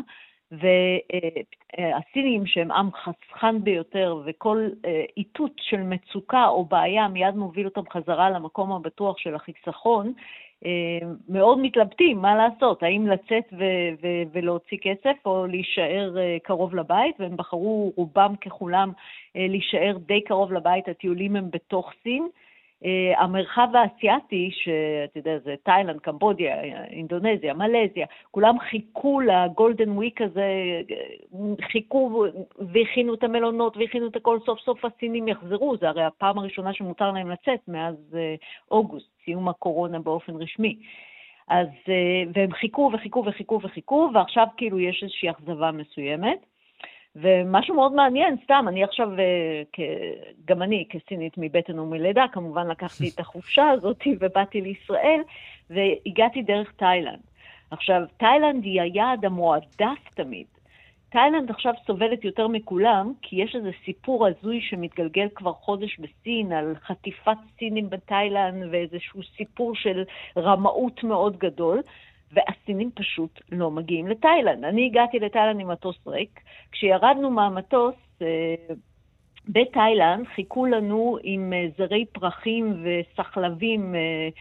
והסינים שהם עם חסכן ביותר, וכל איתות של מצוקה או בעיה מיד מוביל אותם חזרה למקום הבטוח של החיסכון, מאוד מתלבטים מה לעשות, האם לצאת ולהוציא כסף או להישאר קרוב לבית, והם בחרו רובם ככולם להישאר די קרוב לבית, הטיולים הם בתוך סין. המרחב האסייתי, שאתה יודע, זה תאילנד, קמבודיה, אינדונזיה, מלזיה, כולם חיכו לגולדן וויק הזה, חיכו והכינו את המלונות והכינו את הכל, סוף סוף הסינים יחזרו, זה הרי הפעם הראשונה שמותר להם לצאת מאז אוגוסט, סיום הקורונה באופן רשמי. אז, והם חיכו וחיכו וחיכו וחיכו, ועכשיו כאילו יש איזושהי אכזבה מסוימת. ומשהו מאוד מעניין, סתם, אני עכשיו, גם אני כסינית מבטן ומלידה, כמובן לקחתי את החופשה הזאת ובאתי לישראל, והגעתי דרך תאילנד. עכשיו, תאילנד היא היעד המועדף תמיד. תאילנד עכשיו סובלת יותר מכולם, כי יש איזה סיפור הזוי שמתגלגל כבר חודש בסין, על חטיפת סינים בתאילנד, ואיזשהו סיפור של רמאות מאוד גדול, והסינים פשוט לא מגיעים לתאילנד. אני הגעתי לתאילנד עם מטוס ריק, כשירדנו מהמטוס בתאילנד, חיכו לנו עם זרי פרחים וסחלבים,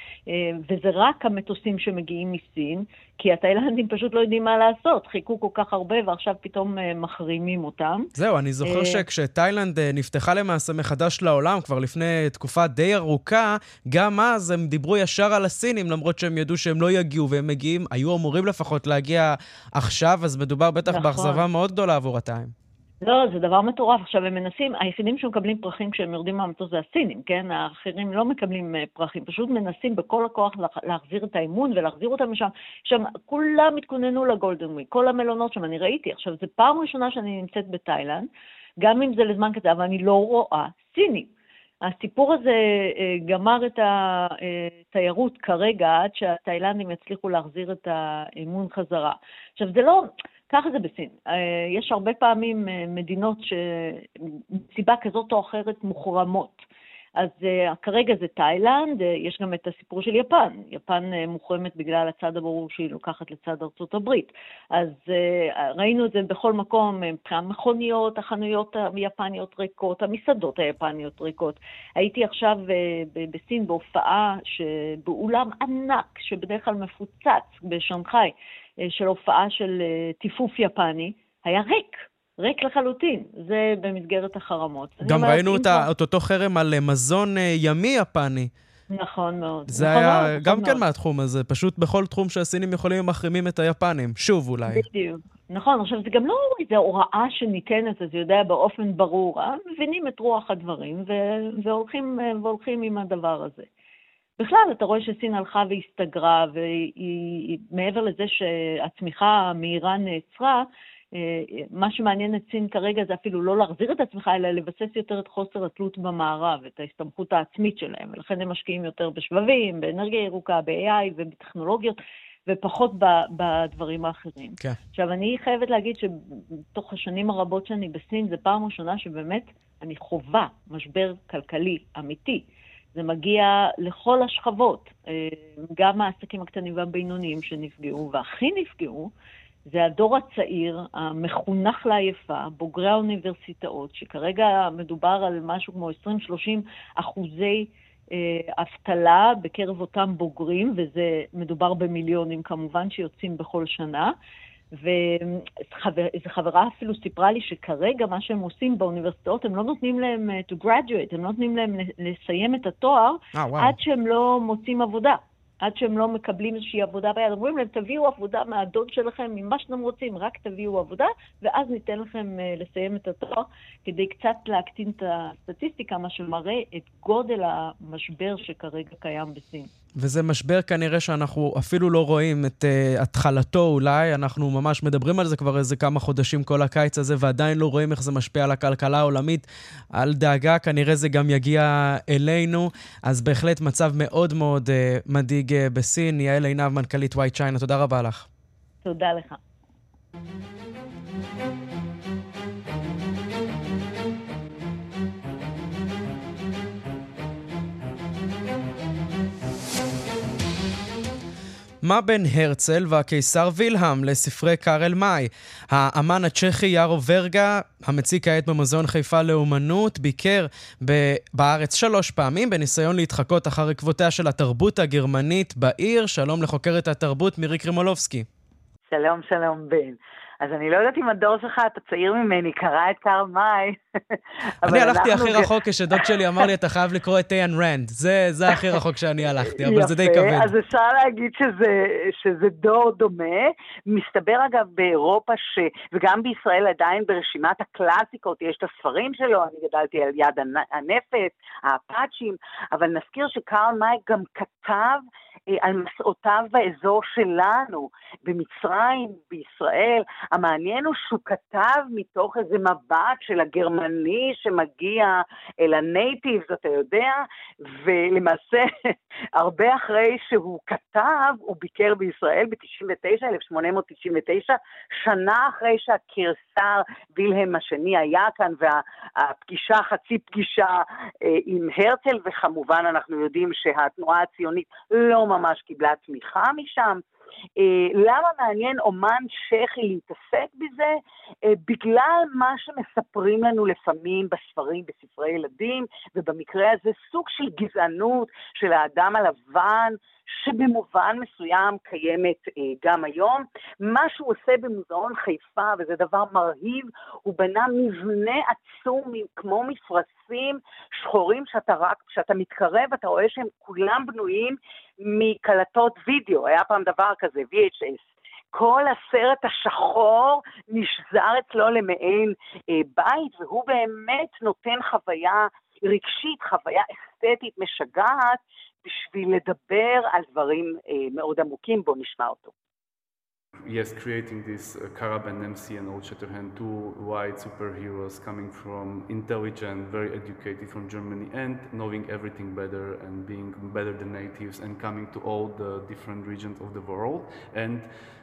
וזה רק המטוסים שמגיעים מסין, כי התאילנדים פשוט לא יודעים מה לעשות, חיכו כל כך הרבה ועכשיו פתאום מחרימים אותם. זהו, אני זוכר שכשתאילנד נפתחה למעשה מחדש לעולם, כבר לפני תקופה די ארוכה, גם אז הם דיברו ישר על הסינים, למרות שהם ידעו שהם לא יגיעו, והם מגיעים, היו אמורים לפחות להגיע עכשיו, אז מדובר בטח באכזבה מאוד גדולה עבור התאים. לא, זה דבר מטורף. עכשיו הם מנסים, היחידים שמקבלים פרחים כשהם יורדים מהמטוס זה הסינים, כן? האחרים לא מקבלים פרחים, פשוט מנסים בכל הכוח להחזיר את האימון ולהחזיר אותם משם. שם כולם התכוננו לגולדן וויק, כל המלונות שם אני ראיתי. עכשיו, זו פעם ראשונה שאני נמצאת בתאילנד, גם אם זה לזמן כזה, אבל אני לא רואה סינים. הסיפור הזה גמר את התיירות כרגע, עד שהתאילנדים יצליחו להחזיר את האימון חזרה. עכשיו, זה לא... ככה זה בסין. יש הרבה פעמים מדינות שמסיבה כזאת או אחרת מוחרמות. אז כרגע זה תאילנד, יש גם את הסיפור של יפן. יפן מוחרמת בגלל הצד הברור שהיא לוקחת לצד ארצות הברית. אז ראינו את זה בכל מקום, המכוניות, החנויות היפניות ריקות, המסעדות היפניות ריקות. הייתי עכשיו בסין בהופעה באולם ענק, שבדרך כלל מפוצץ בשנגחאי, של הופעה של טיפוף יפני, היה ריק לחלוטין. זה במסגרת החרמות. גם ראינו את אותו חרם על מזון ימי יפני. נכון מאוד. זה היה גם כן מהתחום הזה, פשוט בכל תחום שהסינים יכולים מחרימים את היפנים, שוב אולי. בדיוק. נכון, עכשיו זה גם לא איזו הוראה שניתנת, אז יודע באופן ברור, מבינים את רוח הדברים והולכים עם הדבר הזה. בכלל, אתה רואה שסין הלכה והסתגרה, והיא מעבר לזה שהצמיחה המהירה נעצרה, מה שמעניין את סין כרגע זה אפילו לא להחזיר את הצמיחה, אלא לבסס יותר את חוסר התלות במערב, את ההסתמכות העצמית שלהם, ולכן הם משקיעים יותר בשבבים, באנרגיה ירוקה, ב-AI ובטכנולוגיות, ופחות בדברים האחרים. כן. עכשיו, אני חייבת להגיד שבתוך השנים הרבות שאני בסין, זה פעם ראשונה שבאמת אני חובה משבר כלכלי אמיתי, זה מגיע לכל השכבות, גם העסקים הקטנים והבינוניים שנפגעו, והכי נפגעו, זה הדור הצעיר, המחונך לעייפה, בוגרי האוניברסיטאות, שכרגע מדובר על משהו כמו 20-30% אבטלה בקרב אותם בוגרים, וזה מדובר במיליונים כמובן שיוצאים בכל שנה, ואיזו חברה אפילו סיפרה לי שכרגע מה שהם עושים באוניברסיטאות, הם לא נותנים להם to graduate, הם לא נותנים להם לסיים את התואר, עד שהם לא מוצאים עבודה. עד שהם לא מקבלים איזושהי עבודה ביד. אומרים להם, תביאו עבודה מהדוד שלכם, ממה שאתם רוצים, רק תביאו עבודה, ואז ניתן לכם לסיים את התואר, כדי קצת להקטין את הסטטיסטיקה, מה שמראה את גודל המשבר שכרגע קיים בסין. וזה משבר כנראה שאנחנו אפילו לא רואים את התחלתו אולי, אנחנו ממש מדברים על זה כבר איזה כמה חודשים כל הקיץ הזה, ועדיין לא רואים איך זה משפיע על הכלכלה העולמית. על דאגה, כנראה זה גם יגיע אלינו, אז בהחלט מצב מאוד מאוד מדאיג בסין. יעל עינב, מנכ"לית White China, תודה רבה לך. תודה לך. מה בין הרצל והקיסר וילהם לספרי קארל מאי? האמן הצ'כי יארו ורגה, המציג כעת במוזיאון חיפה לאומנות, ביקר בארץ 3 פעמים בניסיון להתחקות אחר עקבותיה של התרבות הגרמנית בעיר. שלום לחוקרת התרבות מירי קרימולובסקי. שלום, שלום בן. אז אני לא יודעת אם הדור שלך, אתה צעיר ממני, קרא את קארל מאי. אני הלכתי הכי רחוק כשדוד שלי אמר לי, אתה חייב לקרוא את איין רנד. זה הכי רחוק שאני הלכתי, אבל זה די כבד. אז אפשר להגיד שזה דור דומה. מסתבר אגב באירופה, וגם בישראל עדיין ברשימת הקלאסיקות, יש את הספרים שלו, אני גדלתי על יד הנפץ, האפאצ'ים, אבל נזכיר שקארל מאי גם כתב על מסעותיו באזור שלנו, במצרים, בישראל. המעניין הוא שהוא כתב מתוך איזה מבט של הגרמני שמגיע אל הנייטיב, אתה יודע, ולמעשה הרבה אחרי שהוא כתב, הוא ביקר בישראל ב-99, 1899, שנה אחרי שהקיסר וילהם השני היה כאן, והפגישה, חצי פגישה עם הרצל, וכמובן אנחנו יודעים שהתנועה הציונית לא ממש קיבלה תמיכה משם. למה מעניין אומן צ'כי להתעסק בזה? בגלל מה שמספרים לנו לפעמים בספרים, בספרי ילדים, ובמקרה הזה סוג של גזענות של האדם הלבן, שבמובן מסוים קיימת גם היום. מה שהוא עושה במוזיאון חיפה, וזה דבר מרהיב, הוא בנה מבנה עצום כמו מפרסים שחורים שאתה מתקרב, אתה רואה שהם כולם בנויים מקלטות וידאו, היה פעם דבר כזה, VHS. כל הסרט השחור נשזר אצלו למעין בית, והוא באמת נותן חוויה רגשית, חוויה אסתטית משגעת, בשביל לדבר על דברים מאוד עמוקים. בוא נשמע אותו. Yes, creating this Caravan MC and Old Shatterhand, 2 white superheroes coming from intelligent, very educated from Germany, and knowing everything better and being better than natives and coming to all the different regions of the world and,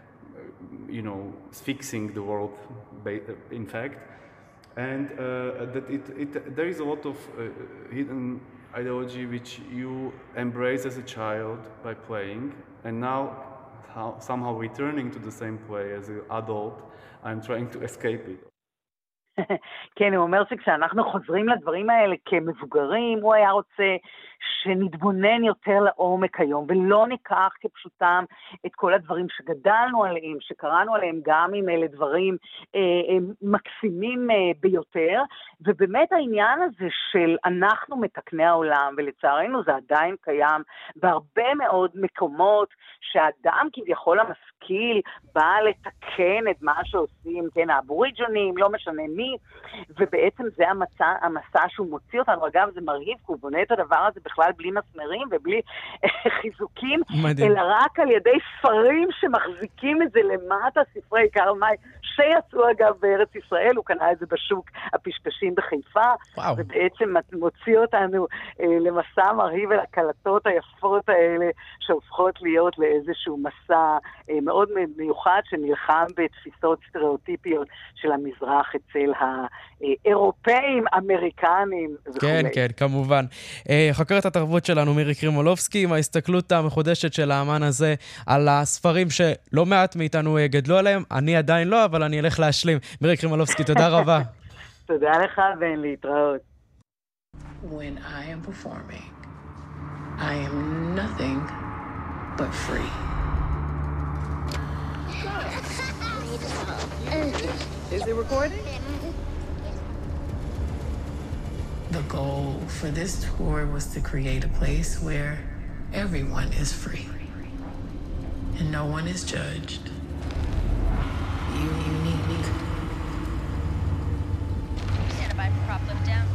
you know, fixing the world in fact. And that there is a lot of hidden ideology which you embrace as a child by playing, and now somehow returning to the same play as an adult, I'm trying to escape it. כן, הוא אומר שכשאנחנו חוזרים לדברים האלה כמבוגרים, הוא היה רוצה שנתבונן יותר לעומק היום, ולא ניקח כפשוטם את כל הדברים שגדלנו עליהם, שקראנו עליהם, גם אם אלה דברים מקסימים ביותר, ובאמת העניין הזה של אנחנו מתקני העולם, ולצערנו זה עדיין קיים בהרבה מאוד מקומות, שהאדם כביכול המשכיל בא לתקן את מה שעושים, כן, האבוריג'ונים, לא משנה מי, ובעצם זה המסע שהוא מוציא אותנו. אגב, זה מרהיב, כי הוא בונה את הדבר הזה בכלל בלי מסמרים ובלי חיזוקים, מדהים. אלא רק על ידי ספרים שמחזיקים את זה למטה, ספרי קארל מאי, שיצאו אגב בארץ ישראל, הוא קנה את זה בשוק הפשפשים בחיפה, וואו. ובעצם מוציא אותנו למסע מרהיב אל הקלטות היפות האלה, שהופכות להיות לאיזשהו מסע מאוד מיוחד, שנלחם בתפיסות סטריאוטיפיות של המזרח אצל האירופאים, אמריקנים וכו'. כן, כן, כמובן. חוקרת התרבות שלנו מירי קרימולובסקי, עם ההסתכלות המחודשת של האמן הזה על הספרים שלא מעט מאיתנו גדלו עליהם. אני עדיין לא, אבל אני אלך להשלים. מירי קרימולובסקי, תודה רבה. תודה לך, בן, להתראות. When I am performing, I am nothing but free. Is it recording? The goal for this tour was to create a place where everyone is free. and no one is judged. Unique. Stand by for prop lift down.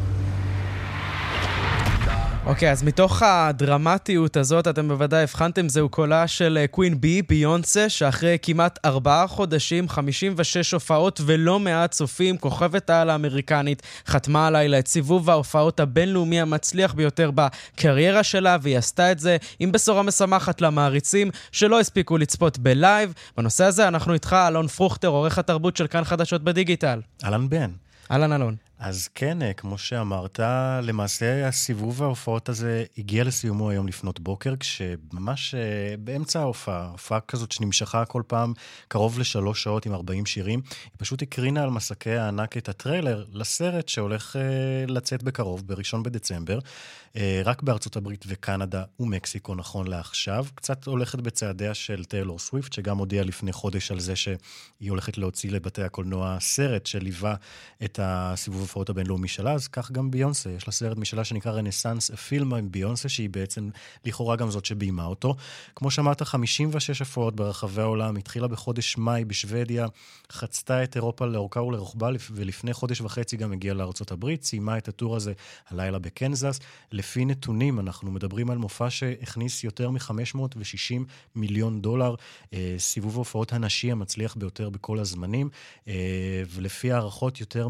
אוקיי, אז מתוך הדרמטיות הזאת, אתם בוודאי הבחנתם, זהו קולה של קווין בי, ביונסה, שאחרי כמעט 4 חודשים, 56 הופעות ולא מעט צופים, כוכבת העל האמריקנית, חתמה הלילה את סיבוב ההופעות הבינלאומי המצליח ביותר בקריירה שלה, והיא עשתה את זה עם בשורה משמחת למעריצים שלא הספיקו לצפות בלייב. בנושא הזה אנחנו איתך, אלון פרוכטר, עורך התרבות של כאן חדשות בדיגיטל. אלן בן. אלן אלון. אז כן, כמו שאמרת, למעשה הסיבוב ההופעות הזה הגיע לסיומו היום לפנות בוקר, כשממש באמצע הופעה כזאת שנמשכה כל פעם קרוב ל3 שעות עם 40 שירים, היא פשוט הקרינה על מסקי הענק את הטריילר לסרט שהולך לצאת בקרוב, ב1 בדצמבר, רק בארצות הברית וקנדה ומקסיקו נכון לעכשיו. קצת הולכת בצעדיה של טיילור סוויפט, שגם הודיעה לפני חודש על זה שהיא הולכת להוציא לבתי הקולנוע סרט שליווה את הסיבוב ההופעות הבינלאומי שלה, אז כך גם ביונסה, יש לה סרט משלה שנקרא רנסנס, פילם עם ביונסה, שהיא בעצם לכאורה גם זאת שביימה אותו. כמו שאמרת, 56 הופעות ברחבי העולם, התחילה בחודש מאי בשוודיה, חצתה את אירופה לאורכה ולרוחבה, ולפני חודש וחצי גם הגיעה לארצות הברית, סיימה את הטור הזה הלילה בקנזס. לפי נתונים, אנחנו מדברים על מופע שהכניס יותר $560 מיליון, סיבוב ההופעות הנשי המצליח ביותר בכל הזמנים, ולפי הערכות יותר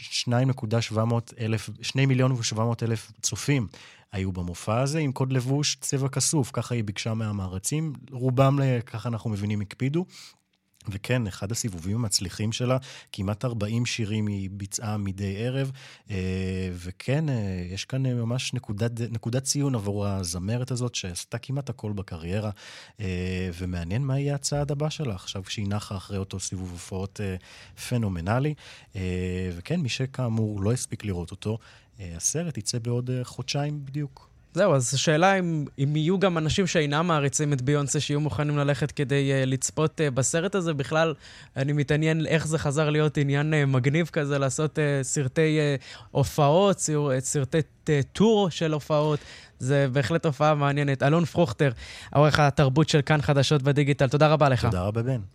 מ2,700,000 צופים היו במופע הזה, עם קוד לבוש צבע כסוף, ככה היא ביקשה מהמערצים, רובם ככה אנחנו מבינים הקפידו, וכן, אחד הסיבובים המצליחים שלה, כמעט 40 שירים היא ביצעה מדי ערב, וכן, יש כאן ממש נקודת ציון עבור הזמרת הזאת, שעשתה כמעט הכל בקריירה, ומעניין מה יהיה הצעד הבא שלה, עכשיו כשהיא נחה אחרי אותו סיבוב הופעות פנומנלי, וכן, מי שכאמור לא הספיק לראות אותו, הסרט יצא בעוד חודשיים בדיוק. זהו, אז השאלה אם יהיו גם אנשים שאינם מעריצים את ביונסה, שיהיו מוכנים ללכת כדי לצפות בסרט הזה. בכלל, אני מתעניין איך זה חזר להיות עניין מגניב כזה, לעשות סרטי הופעות, סרטי טור של הופעות. זה בהחלט הופעה מעניינת. אלון פרוכטר, עורך התרבות של כאן חדשות בדיגיטל. תודה רבה לך. תודה רבה בן.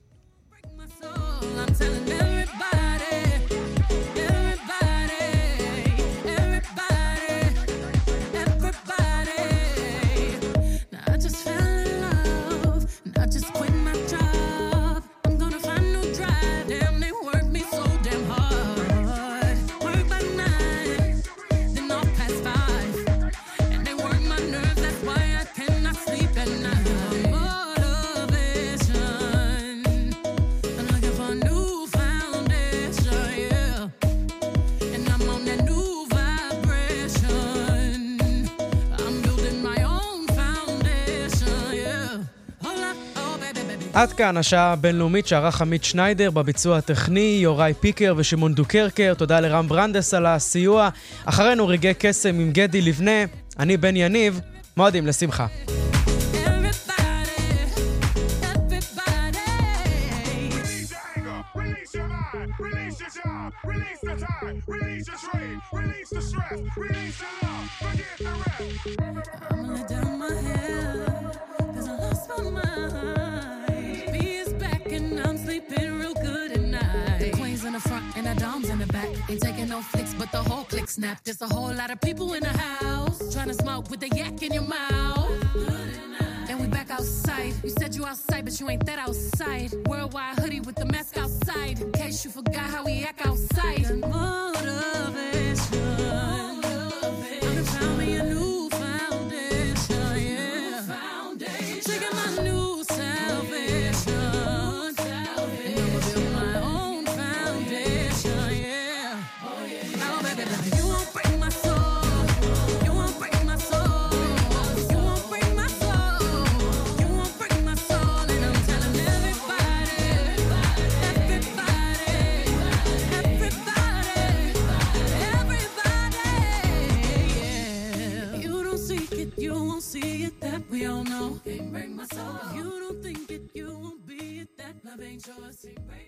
עד כאן השעה הבינלאומית שערך עמית שניידר, בביצוע הטכני יוראי פיקר ושמעון דוקרקר. תודה לרם ברנדס על הסיוע. אחרינו רגעי קסם עם גדי לבנה. אני בן יניב, מועדים לשמחה. Ain't taking no flicks, but the whole click snap. There's a whole lot of people in the house trying to smoke with the yak in your mouth. And we back outside. You said you outside, but you ain't that outside. Worldwide hoodie with the mask outside. In case you forgot how we act outside. Motivation. I'm found me a new foundation, yeah. Taking my new salvation. And I'ma build my own foundation, yeah. Now, baby, you won't break my soul. You won't break my soul. You won't break my soul. You won't break my soul. And I'm telling everybody, yeah. You don't seek it, you won't see it, that we all know. Can't break my soul. You don't think it, you won't be it, that love ain't yours.